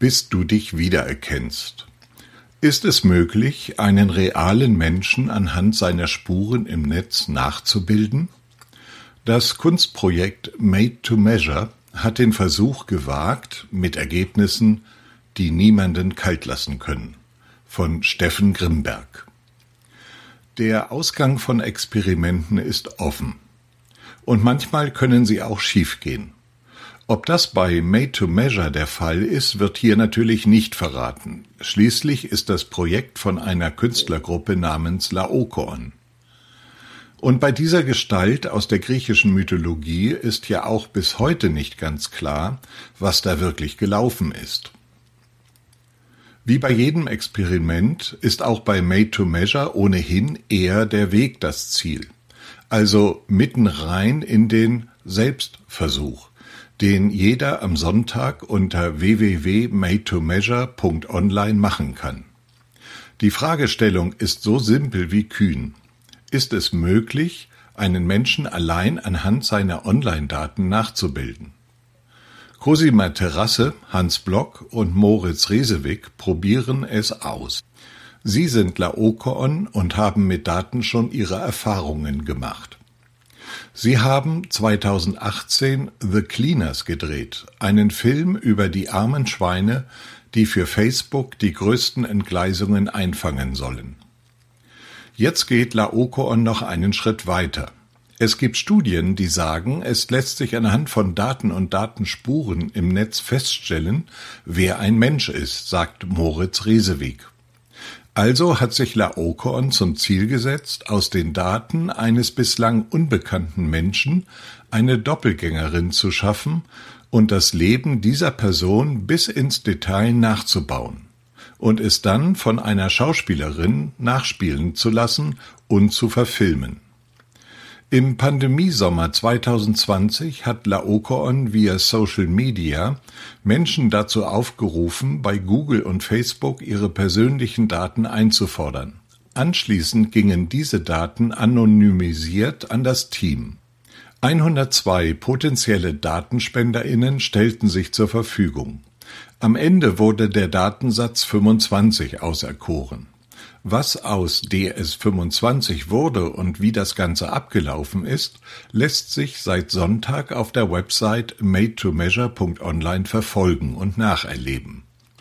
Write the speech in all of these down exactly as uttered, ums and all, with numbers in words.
bis du dich wiedererkennst. Ist es möglich, einen realen Menschen anhand seiner Spuren im Netz nachzubilden? Das Kunstprojekt Made to Measure hat den Versuch gewagt, mit Ergebnissen, die niemanden kalt lassen können. Von Steffen Grimberg. Der Ausgang von Experimenten ist offen. Und manchmal können sie auch schiefgehen. Ob das bei Made to Measure der Fall ist, wird hier natürlich nicht verraten. Schließlich ist das Projekt von einer Künstlergruppe namens Laokoon. Und bei dieser Gestalt aus der griechischen Mythologie ist ja auch bis heute nicht ganz klar, was da wirklich gelaufen ist. Wie bei jedem Experiment ist auch bei Made to Measure ohnehin eher der Weg das Ziel. Also mitten rein in den Selbstversuch, den jeder am Sonntag unter w w w punkt made to measure punkt online machen kann. Die Fragestellung ist so simpel wie kühn. Ist es möglich, einen Menschen allein anhand seiner Online-Daten nachzubilden? Cosima Terrasse, Hans Block und Moritz Resewig probieren es aus. Sie sind Laokoon und haben mit Daten schon ihre Erfahrungen gemacht. Sie haben zweitausendachtzehn The Cleaners gedreht, einen Film über die armen Schweine, die für Facebook die größten Entgleisungen einfangen sollen. Jetzt geht Laokoon noch einen Schritt weiter. Es gibt Studien, die sagen, es lässt sich anhand von Daten und Datenspuren im Netz feststellen, wer ein Mensch ist, sagt Moritz Resewig. Also hat sich Laokoon zum Ziel gesetzt, aus den Daten eines bislang unbekannten Menschen eine Doppelgängerin zu schaffen und das Leben dieser Person bis ins Detail nachzubauen und es dann von einer Schauspielerin nachspielen zu lassen und zu verfilmen. Im Pandemiesommer zweitausendzwanzig hat Laokoon via Social Media Menschen dazu aufgerufen, bei Google und Facebook ihre persönlichen Daten einzufordern. Anschließend gingen diese Daten anonymisiert an das Team. hundertzwei potenzielle DatenspenderInnen stellten sich zur Verfügung. Am Ende wurde der Datensatz fünfundzwanzig auserkoren. Was aus D S fünfundzwanzig wurde und wie das Ganze abgelaufen ist, lässt sich seit Sonntag auf der Website made to measure punkt online verfolgen und nacherleben.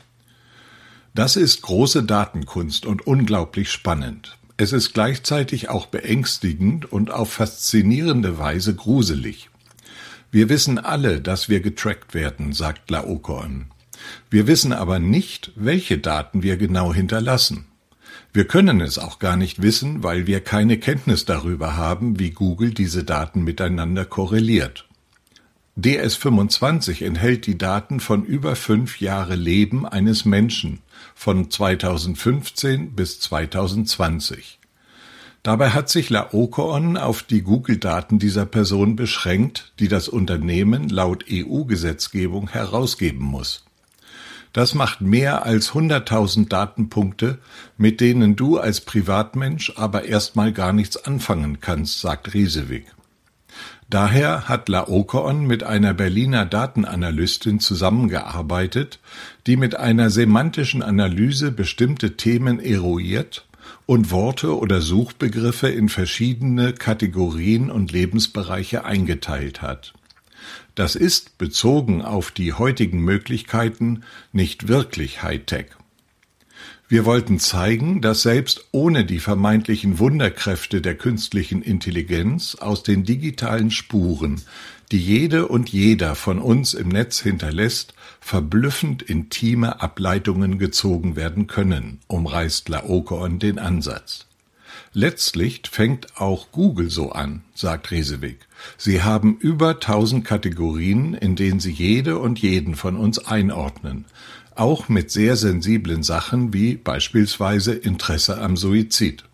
Das ist große Datenkunst und unglaublich spannend. Es ist gleichzeitig auch beängstigend und auf faszinierende Weise gruselig. Wir wissen alle, dass wir getrackt werden, sagt Laokoon. Wir wissen aber nicht, welche Daten wir genau hinterlassen. Wir können es auch gar nicht wissen, weil wir keine Kenntnis darüber haben, wie Google diese Daten miteinander korreliert. D S fünfundzwanzig enthält die Daten von über fünf Jahre Leben eines Menschen, von zweitausendfünfzehn bis zweitausendzwanzig. Dabei hat sich Laokoon auf die Google-Daten dieser Person beschränkt, die das Unternehmen laut E U-Gesetzgebung herausgeben muss. Das macht mehr als hunderttausend Datenpunkte, mit denen du als Privatmensch aber erstmal gar nichts anfangen kannst, sagt Resewig. Daher hat Laokoon mit einer Berliner Datenanalystin zusammengearbeitet, die mit einer semantischen Analyse bestimmte Themen eruiert und Worte oder Suchbegriffe in verschiedene Kategorien und Lebensbereiche eingeteilt hat. Das ist, bezogen auf die heutigen Möglichkeiten, nicht wirklich Hightech. Wir wollten zeigen, dass selbst ohne die vermeintlichen Wunderkräfte der künstlichen Intelligenz aus den digitalen Spuren, die jede und jeder von uns im Netz hinterlässt, verblüffend intime Ableitungen gezogen werden können, umreißt Laokoon den Ansatz. Letztlich fängt auch Google so an, sagt Resewig. Sie haben über tausend Kategorien, in denen sie jede und jeden von uns einordnen, auch mit sehr sensiblen Sachen wie beispielsweise Interesse am Suizid.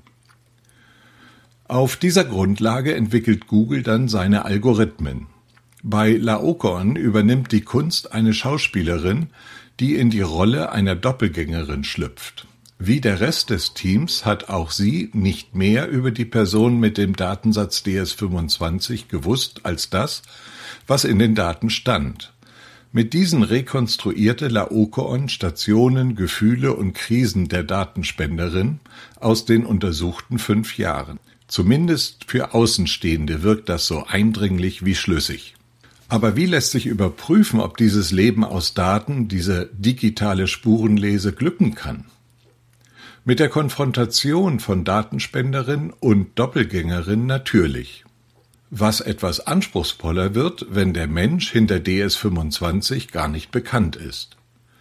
Auf dieser Grundlage entwickelt Google dann seine Algorithmen. Bei Laokoon übernimmt die Kunst eine Schauspielerin, die in die Rolle einer Doppelgängerin schlüpft. Wie der Rest des Teams hat auch sie nicht mehr über die Person mit dem Datensatz D S fünfundzwanzig gewusst als das, was in den Daten stand. Mit diesen rekonstruierte Laokoon Stationen, Gefühle und Krisen der Datenspenderin aus den untersuchten fünf Jahren. Zumindest für Außenstehende wirkt das so eindringlich wie schlüssig. Aber wie lässt sich überprüfen, ob dieses Leben aus Daten, diese digitale Spurenlese glücken kann? Mit der Konfrontation von Datenspenderin und Doppelgängerin natürlich. Was etwas anspruchsvoller wird, wenn der Mensch hinter D S fünfundzwanzig gar nicht bekannt ist.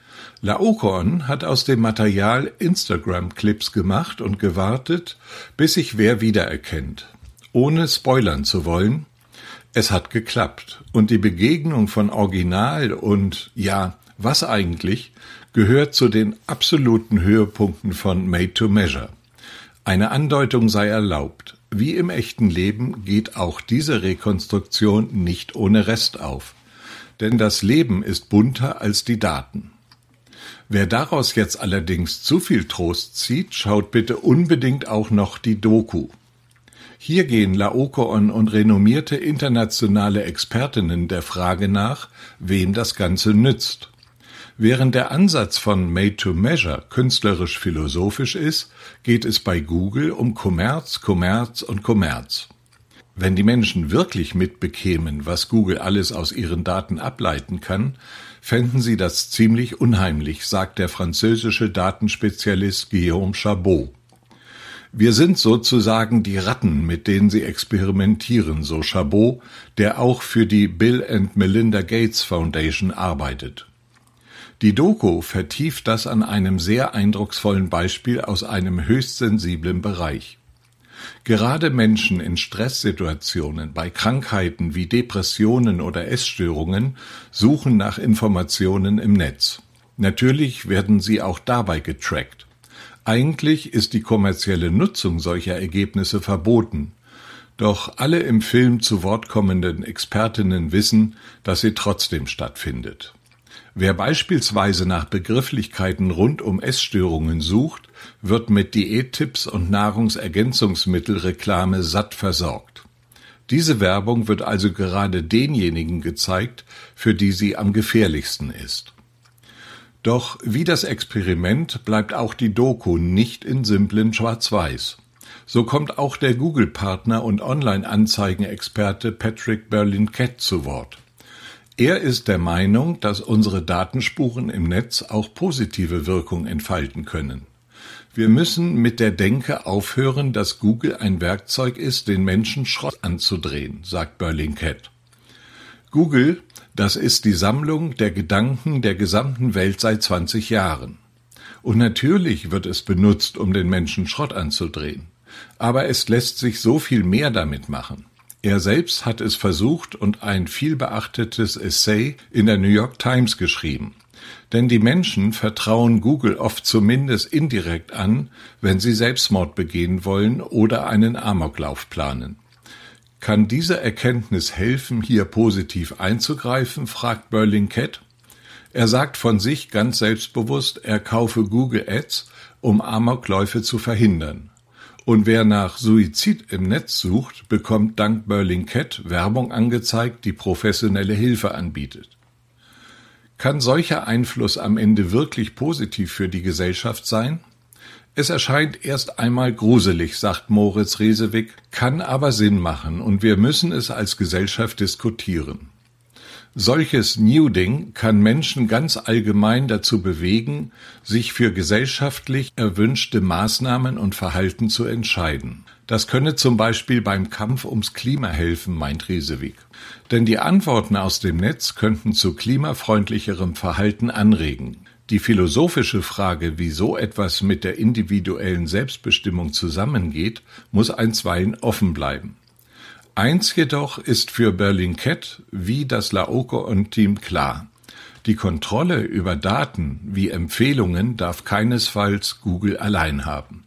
Laokoon hat aus dem Material Instagram-Clips gemacht und gewartet, bis sich wer wiedererkennt. Ohne spoilern zu wollen, es hat geklappt und die Begegnung von Original und, ja, was eigentlich, gehört zu den absoluten Höhepunkten von Made to Measure. Eine Andeutung sei erlaubt. Wie im echten Leben geht auch diese Rekonstruktion nicht ohne Rest auf. Denn das Leben ist bunter als die Daten. Wer daraus jetzt allerdings zu viel Trost zieht, schaut bitte unbedingt auch noch die Doku. Hier gehen Laokoon und renommierte internationale Expertinnen der Frage nach, wem das Ganze nützt. Während der Ansatz von Made to Measure künstlerisch-philosophisch ist, geht es bei Google um Kommerz, Kommerz und Kommerz. Wenn die Menschen wirklich mitbekämen, was Google alles aus ihren Daten ableiten kann, fänden sie das ziemlich unheimlich, sagt der französische Datenspezialist Guillaume Chabot. Wir sind sozusagen die Ratten, mit denen sie experimentieren, so Chabot, der auch für die Bill and Melinda Gates Foundation arbeitet. Die Doku vertieft das an einem sehr eindrucksvollen Beispiel aus einem höchst sensiblen Bereich. Gerade Menschen in Stresssituationen, bei Krankheiten wie Depressionen oder Essstörungen suchen nach Informationen im Netz. Natürlich werden sie auch dabei getrackt. Eigentlich ist die kommerzielle Nutzung solcher Ergebnisse verboten. Doch alle im Film zu Wort kommenden Expertinnen wissen, dass sie trotzdem stattfindet. Wer beispielsweise nach Begrifflichkeiten rund um Essstörungen sucht, wird mit Diättipps und Nahrungsergänzungsmittelreklame satt versorgt. Diese Werbung wird also gerade denjenigen gezeigt, für die sie am gefährlichsten ist. Doch wie das Experiment bleibt auch die Doku nicht in simplen Schwarz-Weiß. So kommt auch der Google-Partner und Online-Anzeigenexperte Patrick Berlin-Kett zu Wort. Er ist der Meinung, dass unsere Datenspuren im Netz auch positive Wirkung entfalten können. Wir müssen mit der Denke aufhören, dass Google ein Werkzeug ist, den Menschen Schrott anzudrehen, sagt Berlin-Kett. Google, das ist die Sammlung der Gedanken der gesamten Welt seit zwanzig Jahren. Und natürlich wird es benutzt, um den Menschen Schrott anzudrehen. Aber es lässt sich so viel mehr damit machen. Er selbst hat es versucht und ein vielbeachtetes Essay in der New York Times geschrieben. Denn die Menschen vertrauen Google oft zumindest indirekt an, wenn sie Selbstmord begehen wollen oder einen Amoklauf planen. Kann diese Erkenntnis helfen, hier positiv einzugreifen, fragt Berlin-Kett. Er sagt von sich ganz selbstbewusst, er kaufe Google Ads, um Amokläufe zu verhindern. Und wer nach Suizid im Netz sucht, bekommt dank Berlin-Kett Werbung angezeigt, die professionelle Hilfe anbietet. Kann solcher Einfluss am Ende wirklich positiv für die Gesellschaft sein? Es erscheint erst einmal gruselig, sagt Moritz Resewick, kann aber Sinn machen und wir müssen es als Gesellschaft diskutieren. Solches Nuding kann Menschen ganz allgemein dazu bewegen, sich für gesellschaftlich erwünschte Maßnahmen und Verhalten zu entscheiden. Das könne zum Beispiel beim Kampf ums Klima helfen, meint Resewick. Denn die Antworten aus dem Netz könnten zu klimafreundlicherem Verhalten anregen. Die philosophische Frage, wie so etwas mit der individuellen Selbstbestimmung zusammengeht, muss einstweilen offen bleiben. Eins jedoch ist für Berlin-Kett wie das Laokoon-Team klar. Die Kontrolle über Daten wie Empfehlungen darf keinesfalls Google allein haben.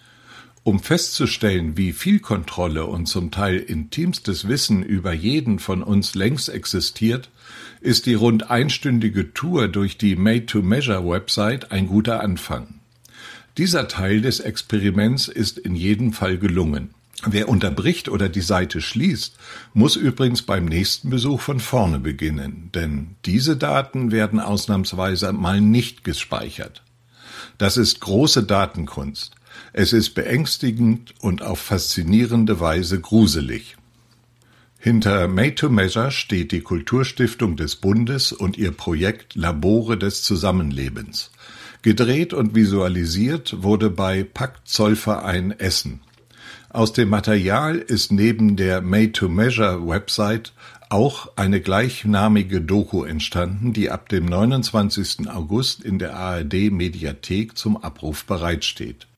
Um festzustellen, wie viel Kontrolle und zum Teil intimstes Wissen über jeden von uns längst existiert, ist die rund einstündige Tour durch die Made-to-Measure-Website ein guter Anfang. Dieser Teil des Experiments ist in jedem Fall gelungen. Wer unterbricht oder die Seite schließt, muss übrigens beim nächsten Besuch von vorne beginnen, denn diese Daten werden ausnahmsweise mal nicht gespeichert. Das ist große Datenkunst. Es ist beängstigend und auf faszinierende Weise gruselig. Hinter Made to Measure steht die Kulturstiftung des Bundes und ihr Projekt Labore des Zusammenlebens. Gedreht und visualisiert wurde bei Pakt Zollverein Essen. Aus dem Material ist neben der Made to Measure Website auch eine gleichnamige Doku entstanden, die ab dem neunundzwanzigsten August in der A R D Mediathek zum Abruf bereitsteht.